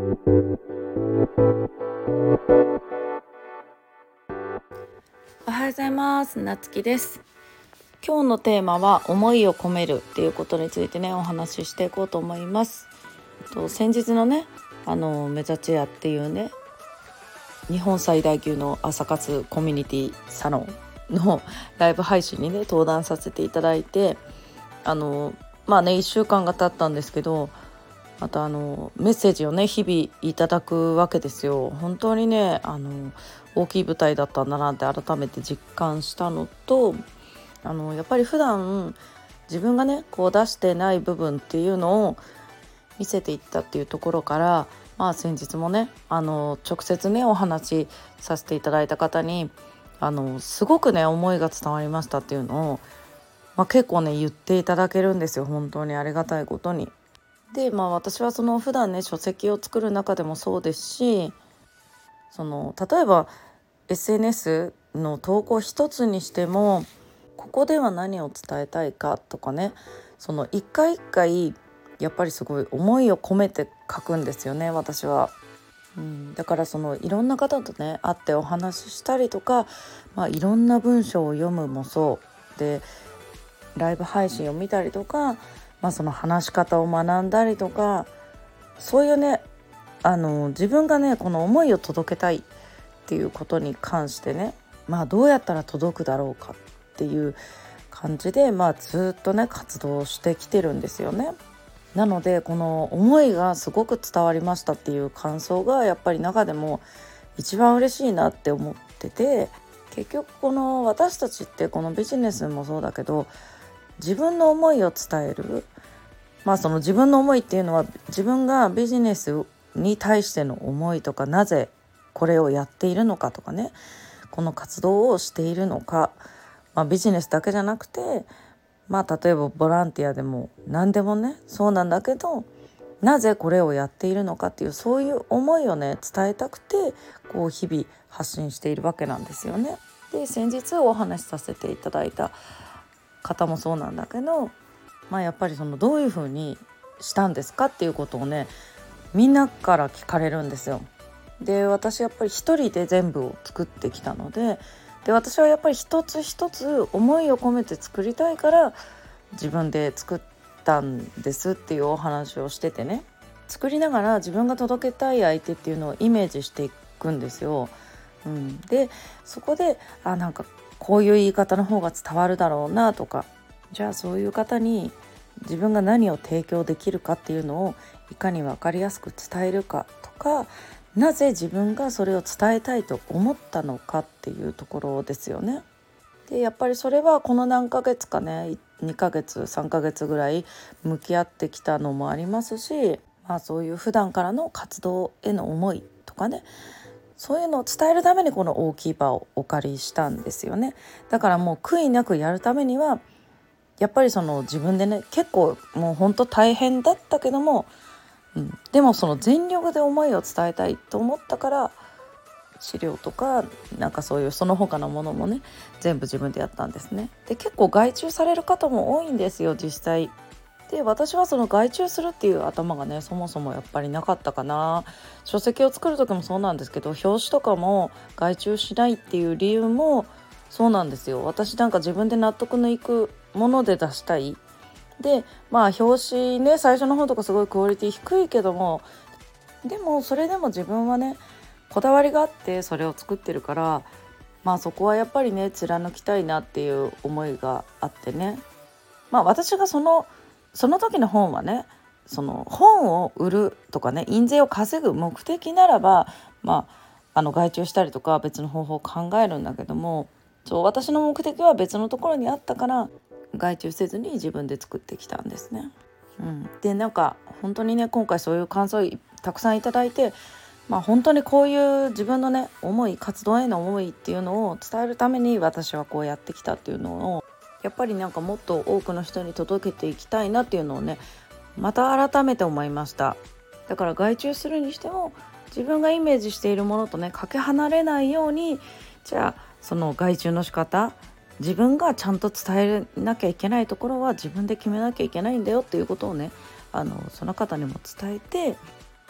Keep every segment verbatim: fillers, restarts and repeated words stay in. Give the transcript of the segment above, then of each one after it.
おはようございます。なつきです。今日のテーマは思いを込めるっていうことについてねお話ししていこうと思います。と先日のねあのメザチェアっていうね日本最大級の朝活コミュニティサロンのライブ配信にね登壇させていただいて、あのまあねいっしゅうかんが経ったんですけど、またあのメッセージをね日々いただくわけですよ。本当にねあの大きい舞台だったんだなって改めて実感したのと、あのやっぱり普段自分がねこう出してない部分っていうのを見せていったっていうところから、まあ先日もねあの直接ねお話しさせていただいた方にあのすごくね思いが伝わりましたっていうのを、まあ、結構ね言っていただけるんですよ。本当にありがたいことに。でまあ私はその普段ね書籍を作る中でもそうですし、その例えば エスエヌエス の投稿一つにしてもここでは何を伝えたいかとかね、その一回一回やっぱりすごい思いを込めて書くんですよね私は。うん、だからそのいろんな方とね会ってお話ししたりとか、まあ、いろんな文章を読むもそうでライブ配信を見たりとか、まあ、その話し方を学んだりとか、そういうねあの自分がねこの思いを届けたいっていうことに関してね、まあどうやったら届くだろうかっていう感じで、まあずっとね活動してきてるんですよね。なのでこの思いがすごく伝わりましたっていう感想がやっぱり中でも一番嬉しいなって思ってて、結局この私たちってこのビジネスもそうだけど自分の思いを伝える、まあその自分の思いっていうのは自分がビジネスに対しての思いとか、なぜこれをやっているのかとかね、この活動をしているのか、まあ、ビジネスだけじゃなくて、まあ例えばボランティアでも何でもねそうなんだけど、なぜこれをやっているのかっていうそういう思いをね伝えたくてこう日々発信しているわけなんですよね。で先日お話しさせていただいた方もそうなんだけど、まあやっぱりそのどういうふうにしたんですかっていうことをねみんなから聞かれるんですよ。で私やっぱり一人で全部を作ってきたので、で私はやっぱり一つ一つ思いを込めて作りたいから自分で作ったんですっていうお話をしててね、作りながら自分が届けたい相手っていうのをイメージしていくんですよ。うん、でそこであなんかこういう言い方の方が伝わるだろうなとか、じゃあそういう方に自分が何を提供できるかっていうのをいかに分かりやすく伝えるかとか、なぜ自分がそれを伝えたいと思ったのかっていうところですよね。でやっぱりそれはこの何ヶ月かねにかげつさんかげつぐらい向き合ってきたのもありますし、まあ、そういう普段からの活動への思いとかね、そういうのを伝えるためにこの大きい場をお借りしたんですよね。だからもう悔いなくやるためにはやっぱりその自分でね結構もう本当大変だったけども、うん、でもその全力で思いを伝えたいと思ったから資料とかなんかそういうその他のものもね全部自分でやったんですね。で結構外注される方も多いんですよ実際。で私はその外注するっていう頭がねそもそもやっぱりなかったかな。書籍を作る時もそうなんですけど表紙とかも外注しないっていう理由もそうなんですよ。私なんか自分で納得のいくもので出したい。でまあ表紙ね最初の方とかすごいクオリティ低いけども、でもそれでも自分はねこだわりがあってそれを作ってるから、まあそこはやっぱりね貫きたいなっていう思いがあってね、まあ私がそのその時の本はねその本を売るとかね印税を稼ぐ目的ならば、まあ、あの外注したりとか別の方法を考えるんだけども、そう私の目的は別のところにあったから外注せずに自分で作ってきたんですね。うん、でなんか本当にね今回そういう感想をたくさんいただいて、まあ、本当にこういう自分のね思い活動への思いっていうのを伝えるために私はこうやってきたっていうのをやっぱりなんかもっと多くの人に届けていきたいなっていうのをねまた改めて思いました。だから外注するにしても自分がイメージしているものとねかけ離れないように、じゃあその外注の仕方自分がちゃんと伝えなきゃいけないところは自分で決めなきゃいけないんだよっていうことをねあのその方にも伝えて、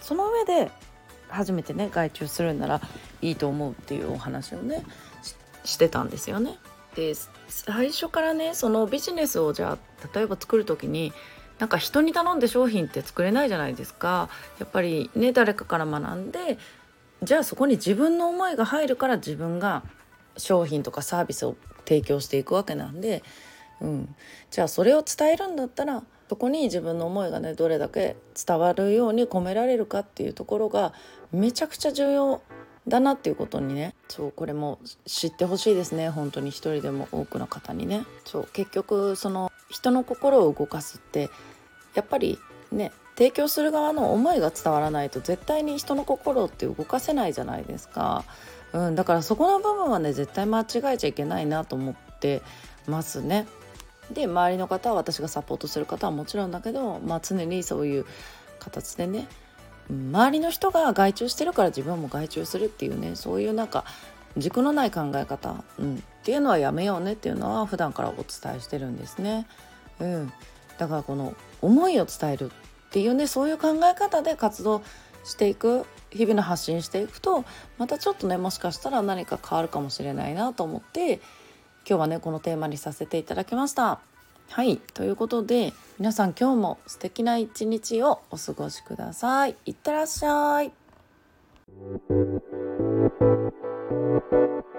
その上で初めてね外注するんならいいと思うっていうお話をね し, してたんですよね。で最初からねそのビジネスをじゃあ例えば作る時になんか人に頼んで商品って作れないじゃないですか。やっぱりね誰かから学んで、じゃあそこに自分の思いが入るから自分が商品とかサービスを提供していくわけなんで、うん、じゃあそれを伝えるんだったらそこに自分の思いがねどれだけ伝わるように込められるかっていうところがめちゃくちゃ重要だなっていうことにね、そうこれも知ってほしいですね。本当に一人でも多くの方にね。そう結局その人の心を動かすってやっぱりね提供する側の思いが伝わらないと絶対に人の心って動かせないじゃないですか。うん、だからそこの部分はね絶対間違えちゃいけないなと思ってますね。で周りの方は私がサポートする方はもちろんだけど、まあ、常にそういう形でね周りの人が外注してるから自分も外注するっていうね、そういうなんか軸のない考え方、うん、っていうのはやめようねっていうのは普段からお伝えしてるんですね。うん、だからこの思いを伝えるっていうねそういう考え方で活動していく、日々の発信していくとまたちょっとねもしかしたら何か変わるかもしれないなと思って今日はねこのテーマにさせていただきました。はい、ということで皆さん今日も素敵な一日をお過ごしください。いってらっしゃい。